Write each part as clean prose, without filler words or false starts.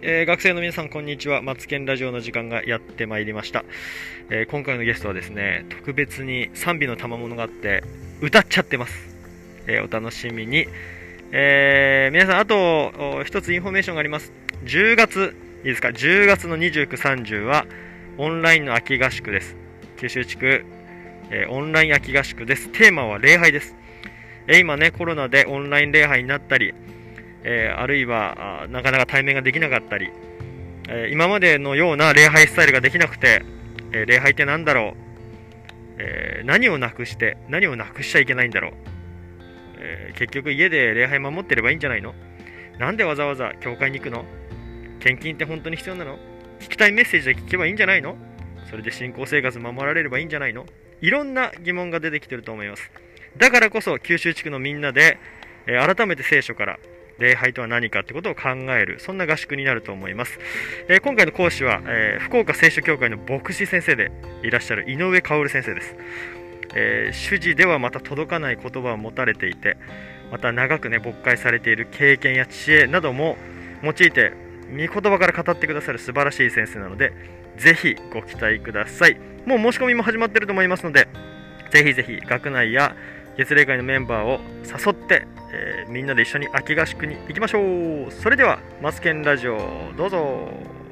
学生の皆さんこんにちは。マツケンラジオの時間がやってまいりました。今回のゲストはですね、特別に賛美の賜物があって歌っちゃってます。お楽しみに。皆さんあと一つインフォメーションがあります。10月いいですか、10月の29、30はオンラインの秋合宿です。九州地区、オンライン秋合宿です。テーマは礼拝です。今ね、コロナでオンライン礼拝になったり、あるいはなかなか対面ができなかったり、今までのような礼拝スタイルができなくて、礼拝って何だろう、何をなくして何をなくしちゃいけないんだろう、結局家で礼拝守ってればいいんじゃないの？なんでわざわざ教会に行くの？献金って本当に必要なの？聞きたいメッセージで聞けばいいんじゃないの？それで信仰生活守られればいいんじゃないの？いろんな疑問が出てきてると思います。だからこそ九州地区のみんなで、改めて聖書から礼拝とは何かってことを考える、そんな合宿になると思います。今回の講師は、福岡聖書協会の牧師先生でいらっしゃる井上薫先生です。主事ではまた届かない言葉を持たれていて、また長くね牧会されている経験や知恵なども用いて御言葉から語ってくださる素晴らしい先生なので、ぜひご期待ください。もう申し込みも始まっていると思いますので、ぜひぜひ学内や月例会のメンバーを誘って、みんなで一緒に秋合宿に行きましょう。それではマツケンラジオどうぞ。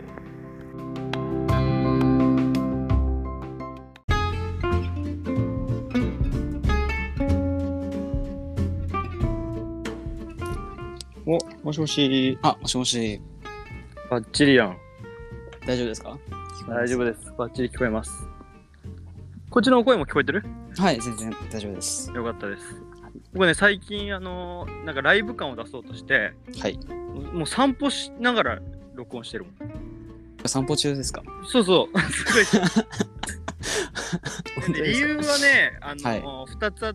もしもし。 もしもし。 バッチリやん。 大丈夫ですか？ 大丈夫です。バッチリ聞こえます。こっちの声も聞こえてる？ はい、全然大丈夫です。 よかったです。僕ね、最近なんかライブ感を出そうとして、 はい。 もう散歩しながら録音してるもん。 散歩中ですか？ そうそう。すごい。理由はね、2つあって、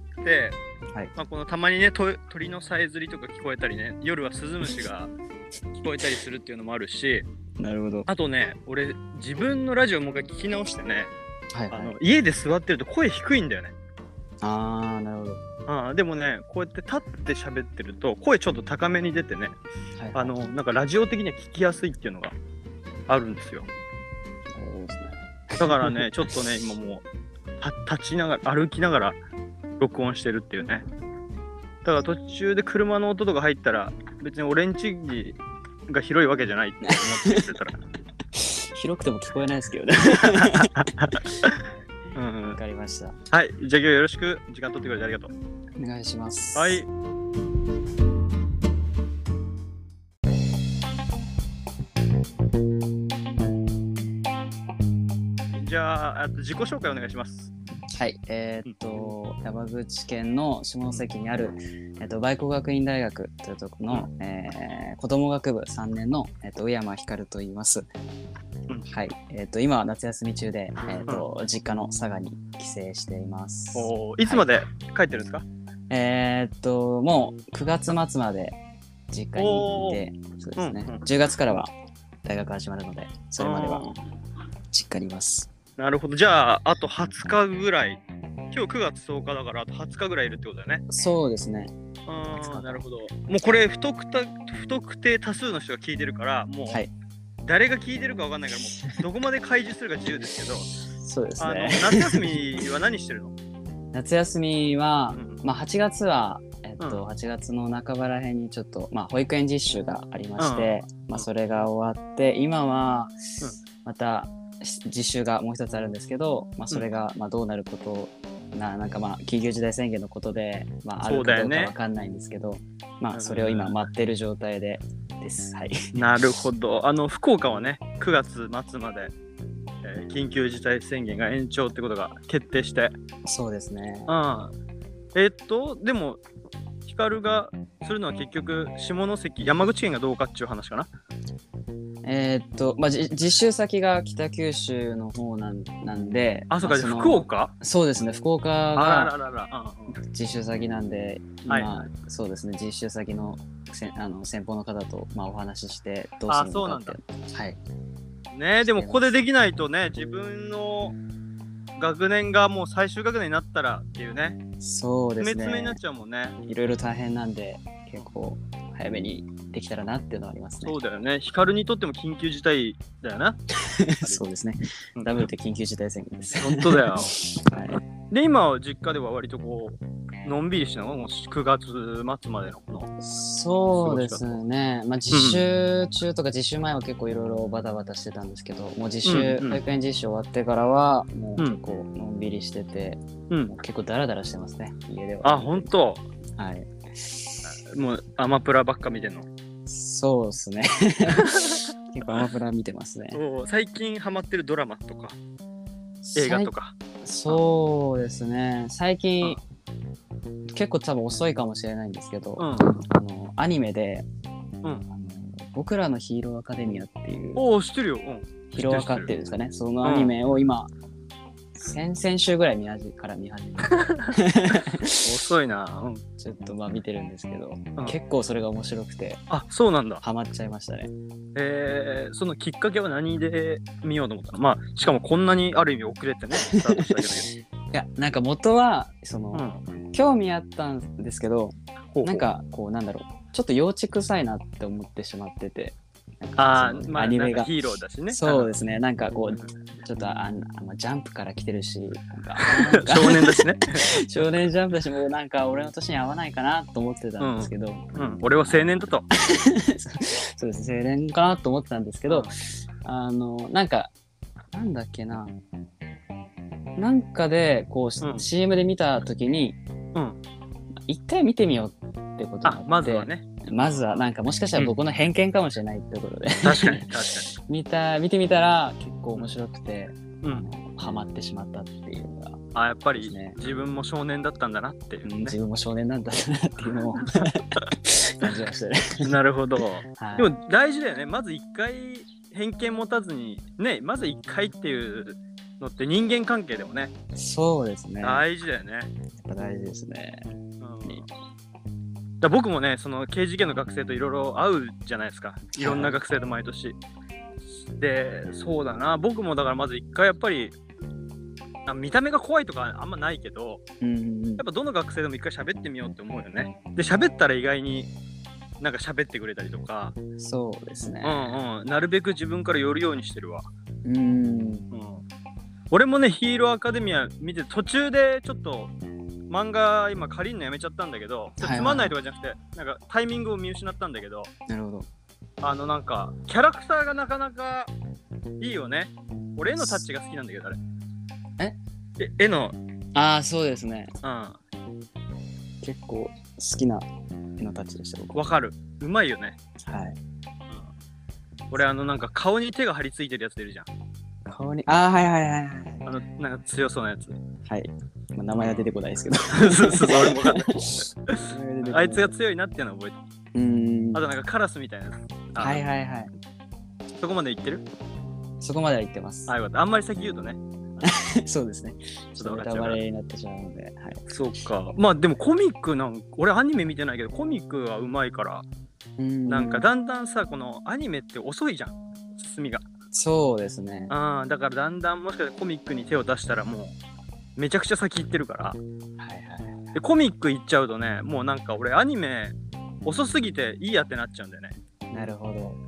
はい、 このたまにね鳥のさえずりとか聞こえたりね、夜はスズムシが聞こえたりするっていうのもあるし、 なるほど。 あとね、俺自分のラジオもう一回聞き直してね、 はいはい、 家で座ってると声低いんだよね。 なるほど。 でもね、こうやって立って喋ってると声ちょっと高めに出てね、 はい、 なんかラジオ的には聞きやすいっていうのがあるんですよ。 そうですね。 だからね、ちょっとね、今もう立ちながら歩きながら録音してるっていうね。だから途中で車の音とか入ったら、別に俺んちが広いわけじゃないって思ってたら広くても聞こえないですけどね。わかりました。 はい、じゃあ今日よろしく。時間取ってくれてありがとう。 お願いします。 はい。じゃあ、自己紹介お願いします。 はい、山口県の下関にある、梅光学院大学というところの、子ども学部3年の、宇山光と言います。はい、今は夏休み中で、実家の佐賀に帰省しています。 いつまで帰ってるんですか？ もう9月末まで実家にいて、そうですね、10月からは大学始まるので、それまでは実家にいます。 なるほど。じゃあ、あと20日ぐらい。今日9月10日だから、あと20日ぐらいいるってことだよね。 そうですね。 なるほど。もうこれ不特定多数の人が聞いてるから、もう、誰が聞いてるか分かんないから、もうどこまで開示するか自由ですけど、 そうですね。 夏休みは何してるの？ 夏休みは、8月は、8月の半ばらへんにちょっと、保育園実習がありまして、それが終わって、今は、また実習がもう一つあるんですけど、それがどうなることなんか緊急事態宣言のことで、あるかどうかわかんないんですけど、それを今待ってる状態です。はい。 なるほど。福岡はね、9月末まで、緊急事態宣言が延長ってことが決定して。 そうですね。 でも光がするのは結局下関、山口県がどうかっていう話かな。 実習先が北九州の方なんで、 そうか、福岡？ そうですね、福岡が実習先なんで、そうですね、実習先の先方の方とお話ししてどうするのかって。はいね。でもここでできないとね、自分の学年がもう最終学年になったらっていうね。 そうですね。 詰めになっちゃうもんね。 いろいろ大変なんで、 結構早めにできたらなっていうのはありますね。 そうだよね。ヒカルにとっても緊急事態だよな。 そうですね。ダブルで緊急事態宣言です。 本当だよ。 はい、 で、今は実家では割とこう、のんびりしたのもう9月末までのこの。 そうですね。まあ自習中とか自習前は結構いろいろバタバタしてたんですけど、もう自習、保育園実習終わってからはもう結構のんびりしてて、もう結構ダラダラしてますね、家では。 あ、本当。 はい。 もうアマプラばっか見てんの？ そうですね。結構アマプラ見てますね。 最近ハマってるドラマとか映画とか。 そうですね。最近、結構多分遅いかもしれないんですけど、アニメで、僕らのヒーローアカデミアっていう、 知ってるよ。 ヒーローアカっていうんですかね、そのアニメを今、先々週ぐらい見始め遅いな、 ちょっとまあ見てるんですけど、結構それが面白くて、 そうなんだ。 ハマっちゃいましたね。 そのきっかけは何で見ようと思ったの？まあしかもこんなにある意味遅れてねスタートしたけどいやなんか元はその、興味あったんですけど、なんかこうなんだろう、ちょっと幼稚臭いなって思ってしまってて、 アニメがヒーローだしね。 そうですね。なんかこう、ちょっとジャンプから来てるし、なんか少年だしね。 少年ジャンプだし、もうなんか俺の年に合わないかなと思ってたんですけど、 俺は青年だと。 そうです、青年かなと思ってたんですけど、なんかなんだっけな、なんかでこう、CM で見た時に、一回見てみようってことになって、 まずはね。 まずはなんかもしかしたら僕の偏見かもしれないってことで、 確かに見てみたら結構面白くて、ハマってしまったっていうのが、 やっぱり自分も少年だったんだなっていう、 自分も少年なんだなっていうのを感じましたね。 なるほど、でも大事だよね。まず一回偏見持たずにね、まず一回っていうのって人間関係でもね。 そうですね、 大事だよね。 やっぱ大事ですね。 だ僕もね、その刑事系の学生といろいろ会うじゃないですか。いろんな学生と毎年。で、そうだな。僕もだからまず一回やっぱり見た目が怖いとかあんまないけど、やっぱどの学生でも一回喋ってみようって思うよね。で、喋ったら意外になんか喋ってくれたりとか。 そうですね。 なるべく自分から寄るようにしてるわ。俺もね、ヒーローアカデミア見て途中でちょっと漫画今借りるのやめちゃったんだけど、つまんないとかじゃなくて、なんかタイミングを見失ったんだけど、 なるほど。 なんかキャラクターがなかなかいいよね。俺絵のタッチが好きなんだけど、あれ。絵の。 そうですね。結構好きな絵のタッチでした僕。 わかる。うまいよね。 はい。 俺なんか顔に手が張り付いてるやついるじゃん。 顔にはいなんか強そうなやつ。 はい。名前は出てこないですけど。 そう俺もわかんない。あいつが強いなっていうのを覚えてる。あとなんかカラスみたいな。 はい。 そこまで行ってる？ そこまでは行ってます。 よかった。あんまり先言うとね。 そうですね。ちょっとネタバレになってしまうので。 そうか。まあでもコミック俺アニメ見てないけどコミックはうまいから、なんかだんだんさ、このアニメって遅いじゃん、進みが。 そうですね。 だからだんだんもしかしてコミックに手を出したらもうめちゃくちゃ先行ってるから。でコミック行っちゃうとね、もうなんか俺アニメ遅すぎていいやってなっちゃうんだよね。 なるほど。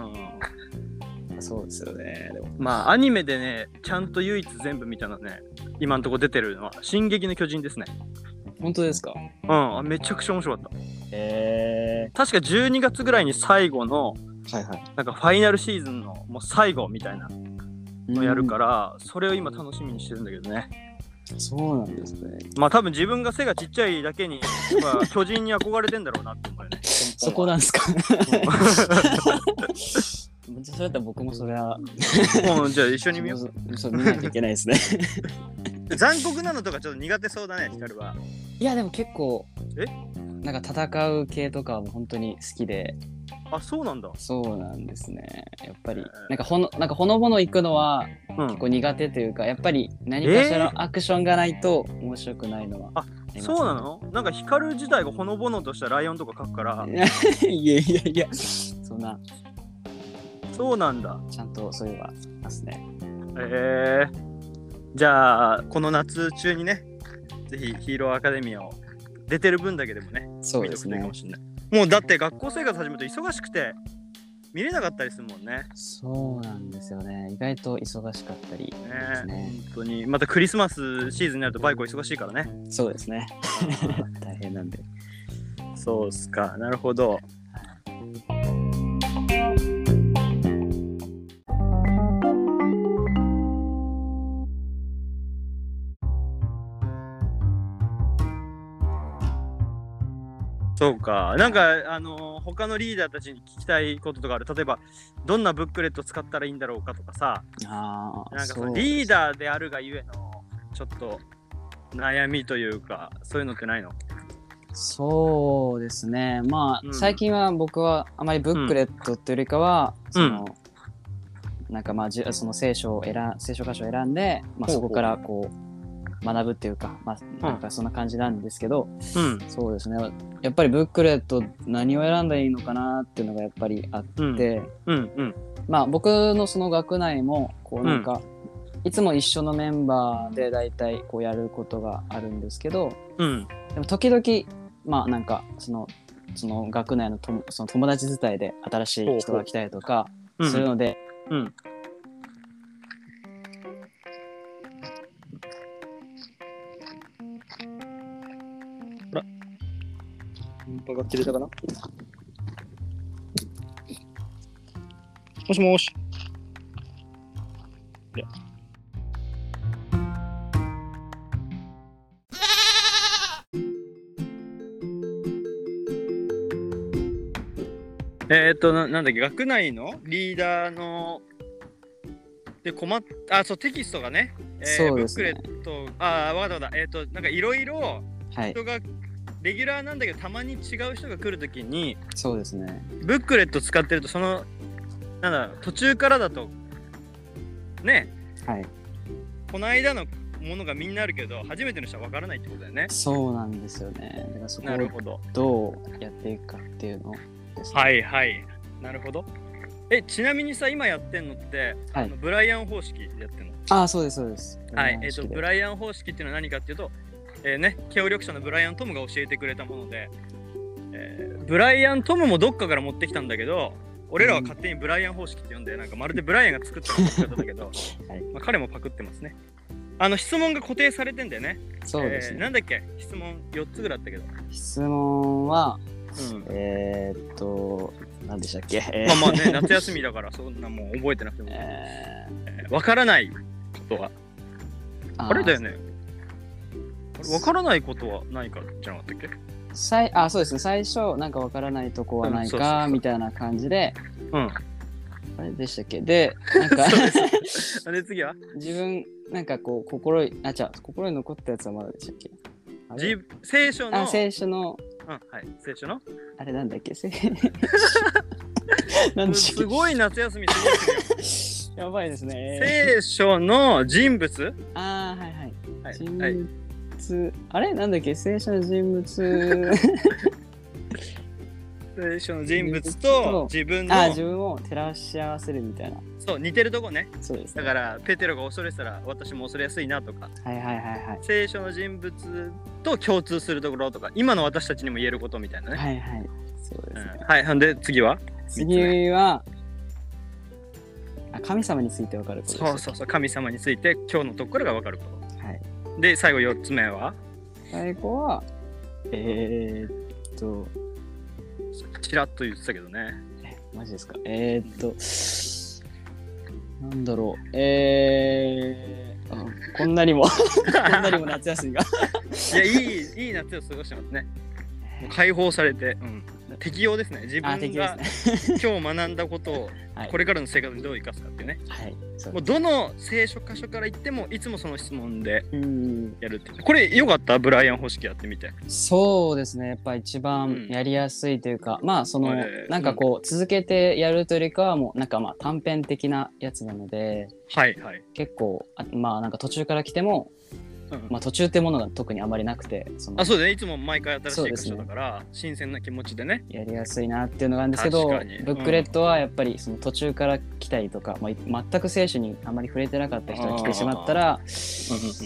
そうですよね。でもまあアニメでね、ちゃんと唯一全部見たのね、今んとこ出てるのは進撃の巨人ですね。 本当ですか？ めちゃくちゃ面白かった。 確か12月ぐらいに最後のなんかファイナルシーズンのもう最後みたいなのやるから、それを今楽しみにしてるんだけどね。 そうなんですね。 まあ多分自分が背がちっちゃいだけに巨人に憧れてんだろうなって思うよね。 そこなんですか？そうだったら僕もそれはじゃあ一緒に見よう。 見ないといけないですね。 残酷なのとかちょっと苦手そうだね、ヒカルは。 いやでも結構なんか戦う系とかはもう本当に好きで。 そうなんだ。 そうなんですね。やっぱりなんかほのぼの行くのは結構苦手というか、やっぱり何かしらのアクションがないと面白くないのは、 そうなの？なんかヒカル自体がほのぼのとしたライオンとか描くから。 いやそんな。 そうなんだ。 ちゃんとそういうのはますね。 じゃあこの夏中にね、ぜひヒーローアカデミアを出てる分だけでもね、 そうですね。 見とくといいかもしれない。 もうだって学校生活始めると忙しくて見れなかったりするもんね。 そうなんですよね。意外と忙しかったりですね。 本当にまたクリスマスシーズンになるとバイク忙しいからね。 そうですね。大変なんで。 そうっすか、なるほど。そうか、なんか他のリーダーたちに聞きたいこととかある？例えばどんなブックレット使ったらいいんだろうかとかさ、 ああ、 なんかそのそうリーダーであるがゆえのちょっと悩みというか、そういうのってないの？ そうですね。まあ、 うん最近は僕はあまりブックレットっていうよりかは、なんかまあその聖書箇所を選んで、まあ、そこからこう学ぶっていうか、まあ、なんかそんな感じなんですけど、そうですね。やっぱりブックレット何を選んだらいいのかなっていうのがやっぱりあって、まあ僕のその学内もこうなんか、いつも一緒のメンバーでだいたいこうやることがあるんですけど、でも時々まあなんかその学内のその友達伝いで新しい人が来たりとかするので、 電波が切れたかな？もしもし。なんだっけ、学内のリーダーのでそうテキストがね、 そうですね、 ブックレット、わかった。なんかいろいろ人が、レギュラーなんだけどたまに違う人が来るときに、 そうですね。 ブックレット使ってるとそのなんだ途中からだとね、この間のものがみんなあるけど初めての人は分からないってことだよね。 そうなんですよね。だからそこをどうやっていくかっていうのですね。 なるほど。ちなみにさ、今やってんのって、ブライアン方式でやってんの？ そうですそうです。 ブライアン方式っていうのは何かっていうと、協力者のブライアン・トムが教えてくれたもので、ブライアン・トムもどっかから持ってきたんだけど、俺らは勝手にブライアン方式って呼んで、なんかまるでブライアンが作った方だけど、彼もパクってますね。質問が固定されてんだよね。 そうですね。 なんだっけ、質問4つぐらいあったけど。 質問は、何でしたっけ？ まあね、夏休みだからそんなもう覚えてなくても。わからないことは。あれだよね。わからないことはないかじゃなかったっけ？ そうですね。最初なんかわからないとこはないかみたいな感じで、あれでしたっけ？で、なんかで次は自分なんかこう心に残ったやつはまだでしたっけ？ 聖書の聖書の聖書のあれなんだっけ？ すごい夏休み過ごしてるやばいですね。 聖書の人物？ 人物、あれなんだっけ？聖書の人物聖書の人物と自分を照らし合わせるみたいな。 そう、似てるとこね。 そうです、 だからペテロが恐れてたら私も恐れやすいなとか、聖書の人物と共通するところとか、今の私たちにも言えることみたいなね。 そうですね。 ほんで次は神様について分かること。 そう、神様について今日のところが分かること。で最後4つ目は？ 最後はちらっと言ってたけどね。 マジですか？なんだろう。こんなにも夏休みがいや、いい夏を過ごしてますね。もう解放されて、適用ですね。自分が今日学んだことをこれからの生活にどう生かすかっていうね。もうどの聖書箇所から言ってもいつもその質問でやるって。これよかった？ブライアン方式やってみて。 そうですね。やっぱ一番やりやすいというか、まあそのなんかこう続けてやるというよりかはもうなんかまあ短編的なやつなので、結構まあなんか途中から来てもまあ途中ってものが特にあまりなくて、 そうだね。いつも毎回新しい箇所だから、新鮮な気持ちでねやりやすいなっていうのがあるんですけど、ブックレットはやっぱりその途中から来たりとか、全く聖書にあまり触れてなかった人が来てしまったら、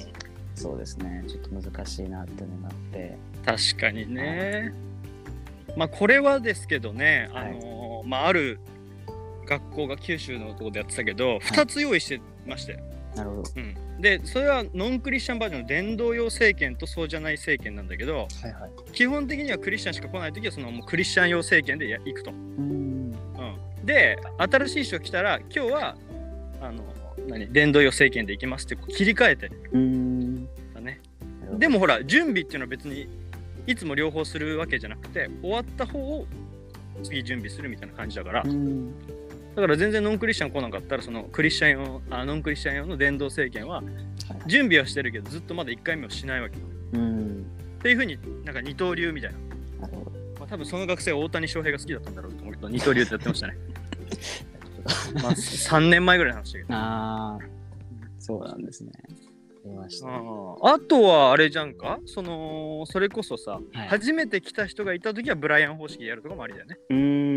そうですね、ちょっと難しいなっていうのがあって。 確かにね。 まあこれはですけどね、 はいまあある学校が九州のところでやってたけど、2つ用意してまして、 なるほど。 でそれはノンクリスチャンバージョンの伝道用聖券とそうじゃない聖券なんだけど、 はいはい。 基本的にはクリスチャンしか来ないときはそのもうクリスチャン用聖券で行くと。で新しい人が来たら今日は伝道用聖券で行きますって切り替えてだね。でもほら準備っていうのは別にいつも両方するわけじゃなくて、終わった方を次準備するみたいな感じだから、だから全然ノンクリスチャン来なかったらそのクリスチャン用ノンクリスチャン用の伝道聖券は準備はしてるけどずっとまだ1回目をしないわけ。っていう風になんか二刀流みたいな。まあ、多分その学生は大谷翔平が好きだったんだろうと思うけど、二刀流ってやってましたね。まあ3年前ぐらいの話だけど。 ああ、そうなんですね。出ました。 あとはあれじゃんか、それこそさ、 はい、 初めて来た人がいた時はブライアン方式でやるとかもありだよね。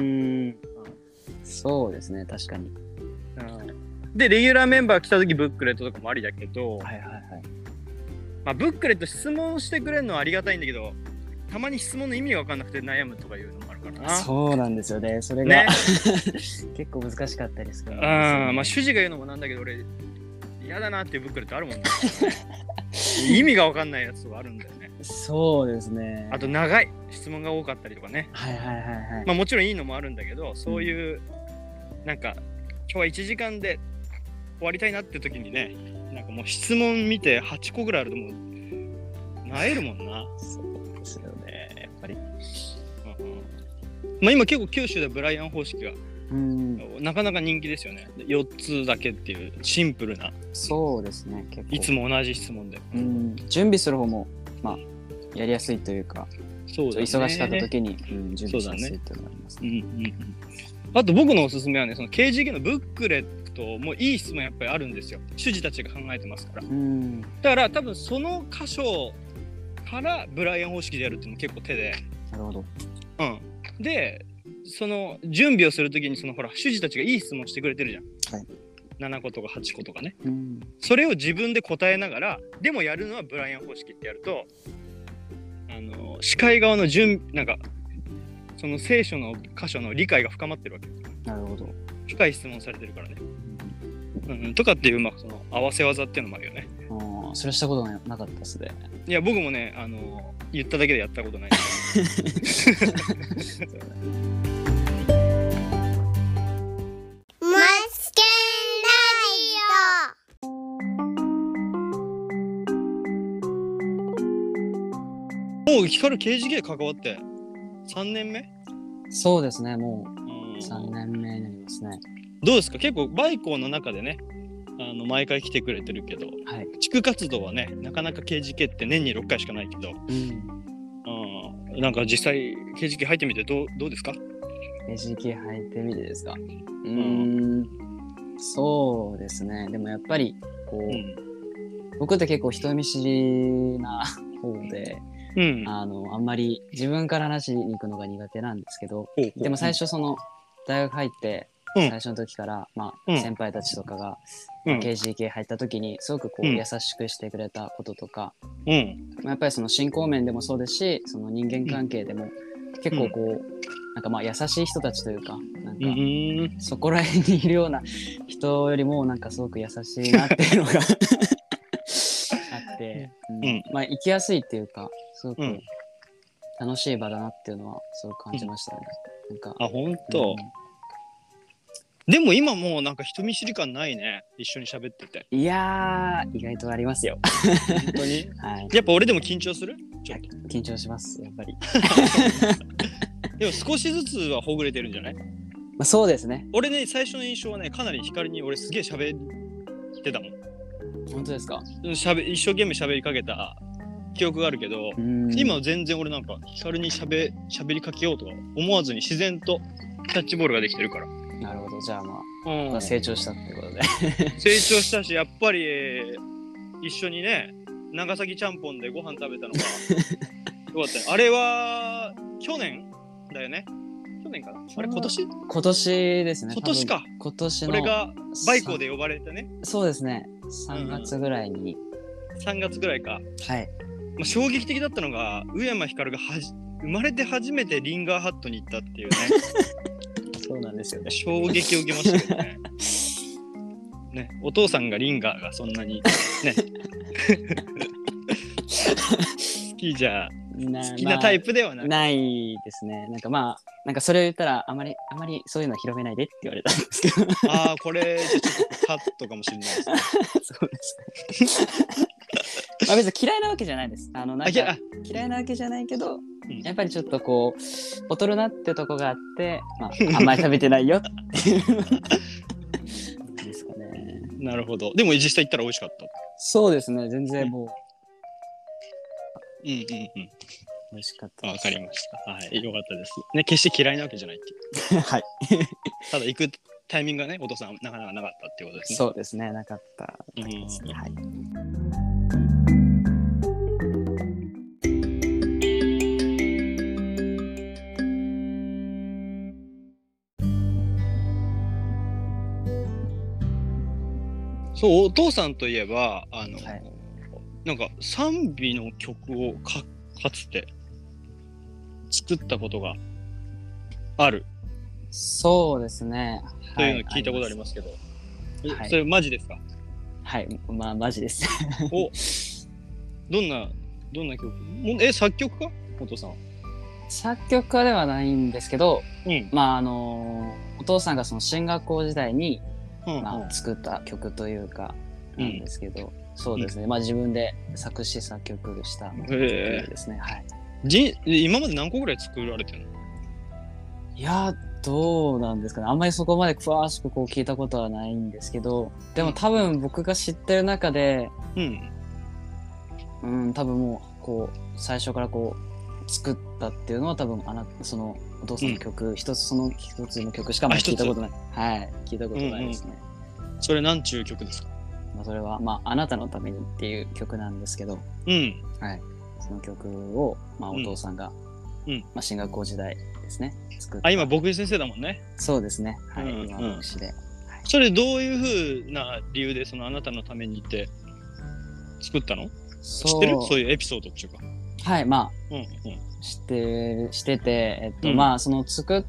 そうですね、確かに。 でレギュラーメンバー来た時ブックレットとかもありだけど、まあ、ブックレット質問してくれるのはありがたいんだけど、たまに質問の意味が分かんなくて悩むとかいうのもあるからな。 そうなんですよね、それが、ね、結構難しかったりする、ね。 まあ主事が言うのもなんだけど俺嫌だなっていうブックレットあるもんね。意味が分かんないやつはあるんだよね。 そうですね。 あと長い質問が多かったりとかね。まあもちろんいいのもあるんだけど、そういう、なんか今日は1時間で終わりたいなって時にね、なんかもう質問見て8個ぐらいあるともうなえるもんな。 そうですよね、やっぱり。 まあ今結構九州でブライアン方式がなかなか人気ですよね。4つだけっていうシンプルな。 そうですね、結構。 いつも同じ質問で。 準備する方もまあやりやすいというか、 そうだね、 忙しかった時に、準備しやすいっていうのがありますね。 あと僕のおすすめはね、その KGK のブックレットもいい質問やっぱりあるんですよ。主事たちが考えてますから。だから多分その箇所からブライアン方式でやるっていうのも結構手で。 なるほど。 で、その準備をするときにそのほら主事たちがいい質問してくれてるじゃん。7個とか8個とかね。それを自分で答えながら、でもやるのはブライアン方式ってやると、司会側のなんかその聖書の箇所の理解が深まってるわけ。 なるほど。 深い質問されてるからね。とかっていうその合わせ技っていうのもあるよね。 それしたことなかったですね。 いや僕もね言っただけでやったことない。もう光KGK 関わって3年目？ そうですね、もう3年目になりますね。 どうですか？結構バイコーの中でね、毎回来てくれてるけど、地区活動はね、なかなか KGK って年に6回しかないけど、なんか実際 KGK 入ってみてどうですか？ KGK 入ってみてですか？そうですね。でもやっぱりこう、僕って結構人見知りな方で、あんまり自分から話しに行くのが苦手なんですけど、でも最初その大学入って最初の時から、先輩たちとかが、KGK 入った時にすごくこう、優しくしてくれたこととか、やっぱりその信仰面でもそうですし、その人間関係でも結構こう、なんか優しい人たちというか、なんかそこら辺にいるような人よりもなんかすごく優しいなっていうのがあって、行きやすいっていうか、すごく楽しい場だなっていうのはすごく感じましたね。なんか本当。でも今もうなんか人見知り感ないね、一緒に喋ってて。 いやー、意外とありますよ。 本当に、やっぱ俺でも緊張する？ちょっと緊張します、やっぱり。 でも少しずつはほぐれてるんじゃない？ そうですね。 俺ね、最初の印象はね、かなり光に俺すげえ喋ってたもん。 本当ですか？ 一生懸命喋りかけた記憶があるけど、今は全然俺なんか光に喋りかけようとか思わずに自然とキャッチボールができてるから。 なるほど、じゃあ成長したってことで。 成長したし、やっぱり一緒にね、長崎ちゃんぽんでご飯食べたのがよかったね。あれは去年だよね。去年かな。あれ今年？ 今年ですね。 今年か。 今年の。 俺がバイコーで呼ばれてね。 そうですね。3月ぐらいに。 3月ぐらいか。 はい。 衝撃的だったのが、宇山光が生まれて初めてリンガーハットに行ったっていうねそうなんですよね。 衝撃を受けましたけどねね、お父さんがリンガーがそんなにね好きなタイプではなく、 ないですね。なんかまあなんかそれを言ったらあまりそういうの広めないでって言われたんですけどああこれちょっとカットかもしれないですねそうですねまあ別に嫌いなわけじゃないです。なんか嫌いなわけじゃないけど、やっぱりちょっとこう劣るなってとこがあって、まああんまり食べてないよっていうですかね。 なるほど。でも実際行ったら美味しかった。 そうですね。全然もう、 美味しかったです。 わかりました。はい、よかったです。ね、決して嫌いなわけじゃないっていう。 はい。 ただ行くタイミングがね、お父さんなかなかなかったっていうことですね。 そうですね。なかったですね。はい。 そう、お父さんといえば、 はい、 なんか賛美の曲をかつて作ったことがある。 そうですね。 というのを聞いたことありますけど、 はい、 それマジですか？ はい、まあマジです。 お、どんな曲？作曲家？お父さんは。 作曲家ではないんですけど、まあお父さんがその進学校時代に、作った曲というかなんですけど、そうですね。まあ自分で作詞作曲した曲ですね。はい。 今まで何個ぐらい作られてるの？ いやどうなんですかね。あんまりそこまで詳しくこう聞いたことはないんですけど、でも多分僕が知ってる中で、多分もうこう最初からこう作ったっていうのは多分そのお父さんの曲、一つの曲しか聞いたことない。はい、聞いたことないですね。 それ何ちゅう曲ですか？ それはあなたのためにっていう曲なんですけど、はい、その曲をお父さんが進学校時代ですね作った。 今牧師先生だもんね。 そうですね。はい、今牧師で。 それどういう風な理由でそのあなたのためにって作ったの？知ってる？そういうエピソードっていうか。 はい、してて、その作った、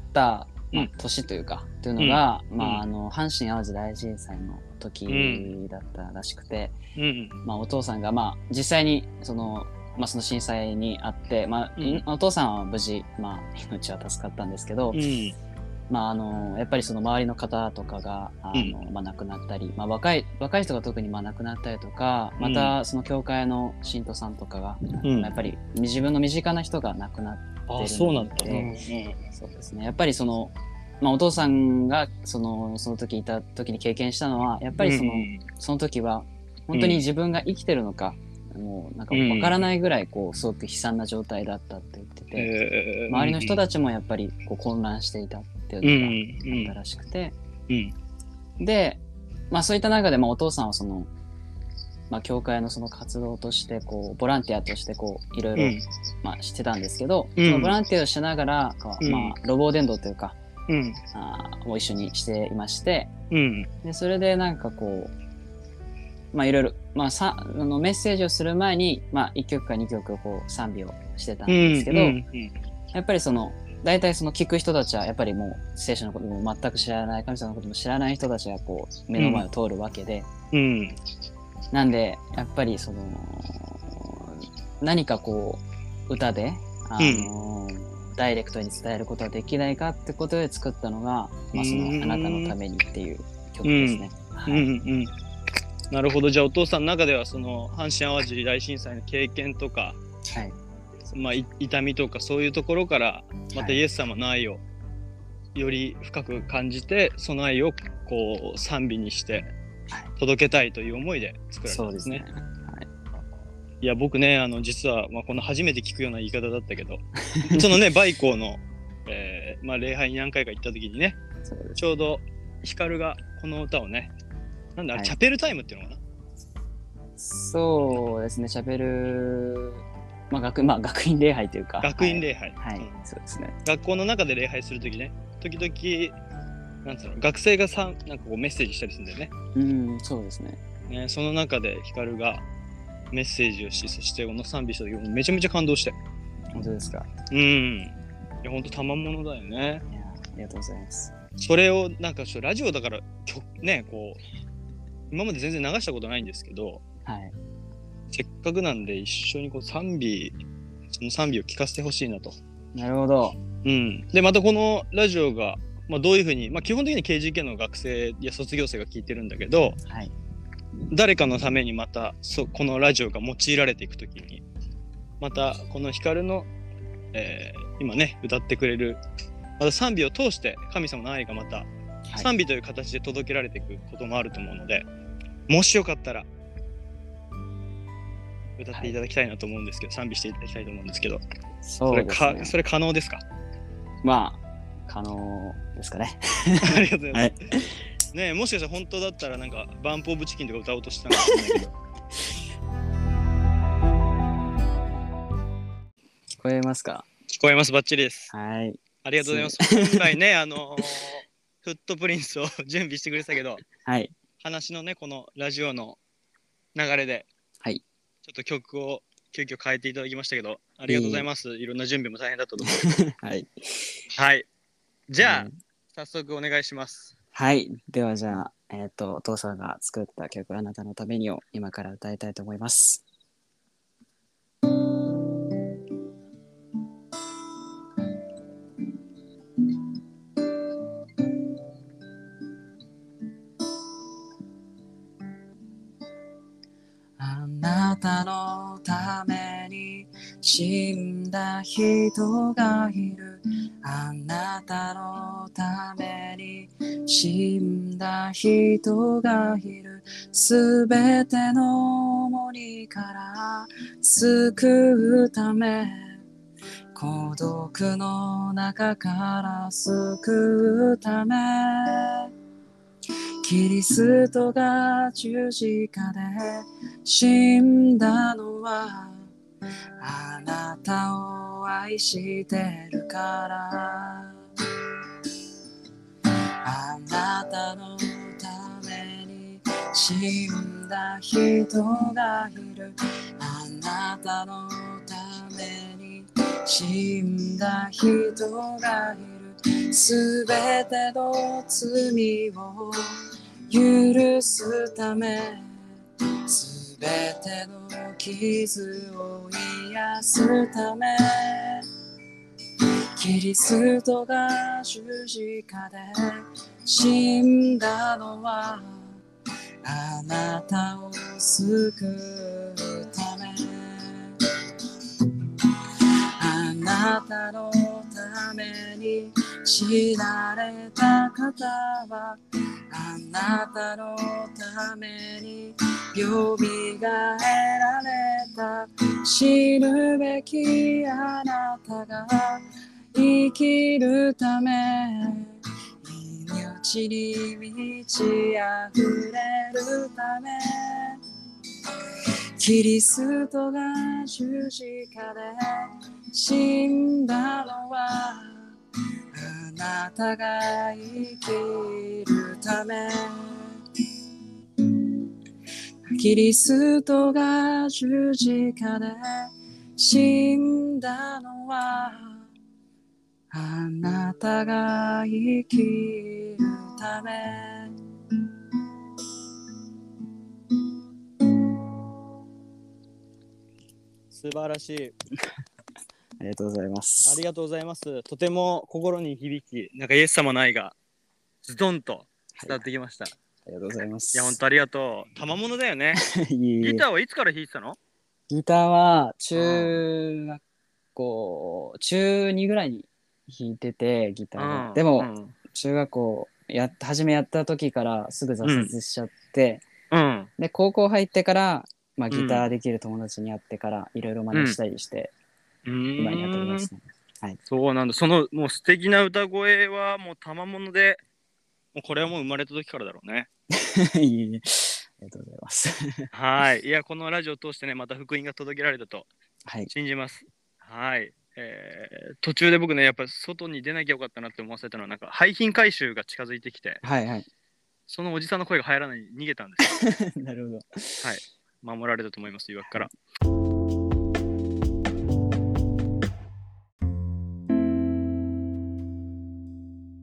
年というかっていうのが、阪神・淡路大震災の時だったらしくて、お父さんが実際にその震災にあって、お父さんは無事、命は助かったんですけど、やっぱりその周りの方とかが亡くなったり、若い人が特に亡くなったりとか、またその教会の信徒さんとかが、やっぱり自分の身近な人が亡くなってるので、そうですね。やっぱりその、お父さんがその時いた時に経験したのは、やっぱりその時は本当に自分が生きてるのか、もうなんか分からないぐらいすごく悲惨な状態だったって言ってて、周りの人たちもやっぱり混乱していたっていうのがあったらしくて、で、そういった中でお父さんはその、教会のその活動としてボランティアとしていろいろしてたんですけど、そのボランティアをしながら路傍伝道というか、を一緒にしていまして、でそれでなんかいろいろメッセージをする前に1曲か2曲賛美をしてたんですけど、やっぱりその大体その聞く人たちはやっぱりもう聖書のことも全く知らない、神様のことも知らない人たちが目の前を通るわけで、なんでやっぱりその何か歌でダイレクトに伝えることはできないかってことで作ったのが、そのあなたのためにっていう曲ですね。 なるほど。じゃあお父さんの中ではその阪神・淡路大震災の経験とか、痛みとかそういうところからまたイエス様の愛をより深く感じて、その愛を賛美にして届けたいという思いで作られたんですね。いや僕ね、実はこの初めて聞くような言い方だったけどそのねバイコーの、礼拝に何回か行った時にね、ちょうどヒカルがこの歌をね、チャペルタイムっていうのかな。 そうですね、チャペル、学院礼拝というか。 学院礼拝。 そうですね。 学校の中で礼拝する時ね、時々なんつうの、学生がなんかメッセージしたりするんだよね。 そうですね。 その中でヒカルがメッセージをし、そしてこの賛美した時もめちゃめちゃ感動して。 本当ですか。 うん。いや、ほんと賜物だよね。 いや、ありがとうございます。 それをなんかラジオだからね、こう今まで全然流したことないんですけど、 はい。 せっかくなんで一緒にこう賛美、その賛美を聞かせてほしいなと。 なるほど。 うん。で、またこのラジオが、まあ、どういうふうに、まあ、基本的に KGK の学生や卒業生が聞いてるんだけど、 はい。 誰かのためにまたこのラジオが用いられていくときに、またこのヒカルの、今ね歌ってくれるまた賛美を通して神様の愛がまた賛美という形で届けられていくこともあると思うので、もしよかったら歌っていただきたいなと思うんですけど、賛美していただきたいと思うんですけど、 そうですね。 それ可能ですか？ まあ可能ですかね。 ありがとうございます。 はい、 ねえ、もしかしたら本当だったらなんかバンプオブチキンとか歌おうとしたんかもしれないけど。 聞こえますか？ 聞こえます、バッチリです。 はい。 ありがとうございます。本来ね、フットプリンスを準備してくれてたけど、 はい。 話のね、このラジオの流れで、 はい。 ちょっと曲を急遽変えていただきましたけど、ありがとうございます。いろんな準備も大変だったと思う。 はい。 はい。じゃあ、早速お願いします。 はい。ではじゃあ、お父さんが作った曲、あなたのためにを今から歌いたいと思います。あなたのために死んだ人がいる。あなたのために死んだ人がいる。すべての重荷から救うため、孤独の中から救うため、キリストが十字架で死んだのはあなたを愛してるから。あなたのために死んだ人がいる。あなたのために死んだ人がいる。すべての罪を許すため、すべての傷を癒すため、キリストが十字架で死んだのはあなたを救うため。あなたのために死なれた方はあなたのためによみがえられた。死ぬべきあなたが生きるため、命に満ち溢れるため、キリストが十字架で死んだのはあなたが生きるため。キリストが十字架で死んだのはあなたが生きるため。 素晴らしい。 ありがとうございます。 ありがとうございます。とても心に響き、なんかイエス様の愛がズドンと伝わってきました。 ありがとうございます。 いや、本当ありがとう。賜物だよね。ギターはいつから弾いてたの？ ギターは中学校、中2ぐらいに弾いてて、ギターが。でも、中学校初めやった時からすぐ挫折しちゃって、で、高校入ってから、まあ、ギターできる友達に会ってからいろいろ真似したりして、今にやっておりますね。はい。 そうなんだ。そのもう素敵な歌声はもう賜物で、もうこれはもう生まれた時からだろうね。 いいありがとうございます。 はい。いや、このラジオを通してね、また福音が届けられたと信じます。はい。途中で僕ね、やっぱ外に出なきゃよかったなって思わせたのは、なんか廃品回収が近づいてきて、 はいはい。 そのおじさんの声が入らない逃げたんですよ。 なるほど。 はい。守られたと思います、誘惑から。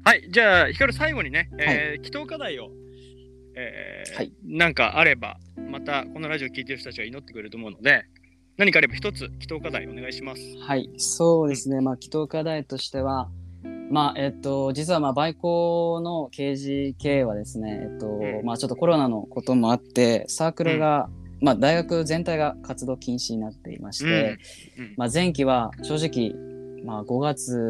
はい、じゃあ、ヒカル最後にね、 は祈祷課題を、 はいなんかあれば、またこのラジオ聞いてる人たちが祈ってくれると思うので、何かあれば一つ祈祷課題お願いします。 はい、そうですね。まあ、祈祷課題としては、まあ、実は、まあ、バイコの KGK はですね、まあ、ちょっとコロナのこともあって、サークルが、まあ、大学全体が活動禁止になっていまして、まあ、前期は正直、まあ、5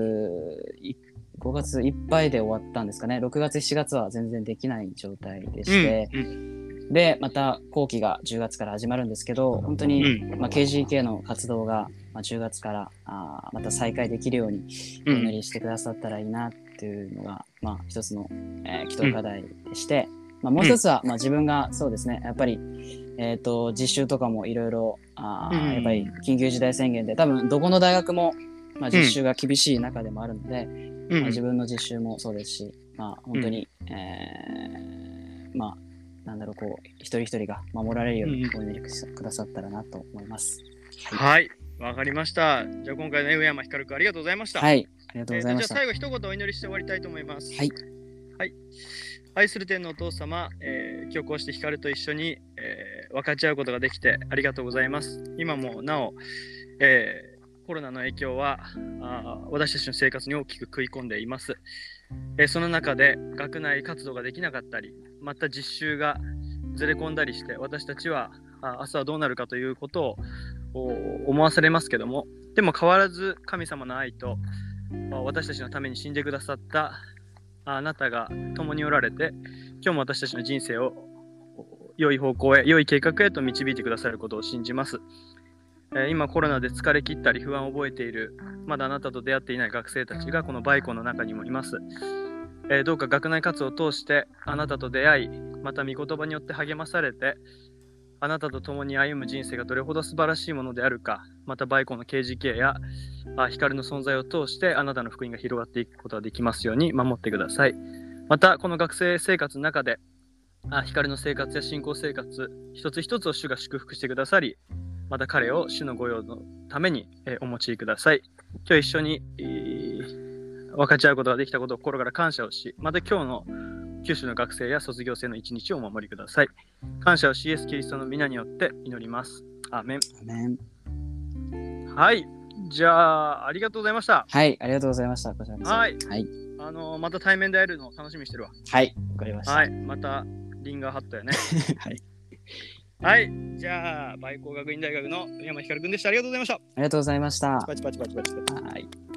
月いっぱいで終わったんですかね。6月、7月は全然できない状態でして、で、また後期が10月から始まるんですけど、本当に、まあ、KGK の活動が、まあ、10月からまた再開できるようにお祈りしてくださったらいいなっていうのが、まあ、一つの、祈祷課題でして、まあ、もう一つは、まあ、自分がそうですね、やっぱり、実習とかもいろいろやっぱり緊急事態宣言で多分どこの大学も、まあ、実習が厳しい中でもあるので、まあ、自分の実習もそうですし、まあ、本当に、まあなんだろう、こう一人一人が守られるようにお祈りくださったらなと思います。 はい、わかりました。じゃあ今回の上山ひかるくんありがとうございました。 はい、ありがとうございました。 じゃあ最後一言お祈りして終わりたいと思います。 はい。 はい。愛する天のお父様、今日こうしてひかると一緒に、分かち合うことができてありがとうございます。今もなお、コロナの影響は私たちの生活に大きく食い込んでいます。その中で学内活動ができなかったり、また実習がずれ込んだりして、私たちは明日はどうなるかということを思わされますけども、でも変わらず神様の愛と私たちのために死んでくださったあなたが共におられて、今日も私たちの人生を良い方向へ、良い計画へと導いてくださることを信じます。今コロナで疲れ切ったり不安を覚えている、まだあなたと出会っていない学生たちがこのバイコの中にもいます。どうか学内活動を通してあなたと出会い、また御言葉によって励まされて、あなたと共に歩む人生がどれほど素晴らしいものであるか、またバイコの KGK や光の存在を通してあなたの福音が広がっていくことができますように守ってください。またこの学生生活の中で光の生活や信仰生活一つ一つを主が祝福してくださり、また彼を主の御用のためにお持ちください。今日一緒に分かち合うことができたことを心から感謝をし、また今日の九州の学生や卒業生の一日をお守りください。感謝をしイエス・キリストの皆によって祈ります。アーメン。 アーメン。 はい。じゃあ、ありがとうございました。 はい、ありがとうございました。こちらこそ。 はい。 はい。 また対面で会えるのを楽しみにしてるわ。 はい、わかりました。 はい。またリンガーハットやね。 はい。 はい。じゃあ、バイコー学院大学の上山ひかるくんでした。ありがとうございました。ありがとうございました。 パチパチパチパチパチ。 はい。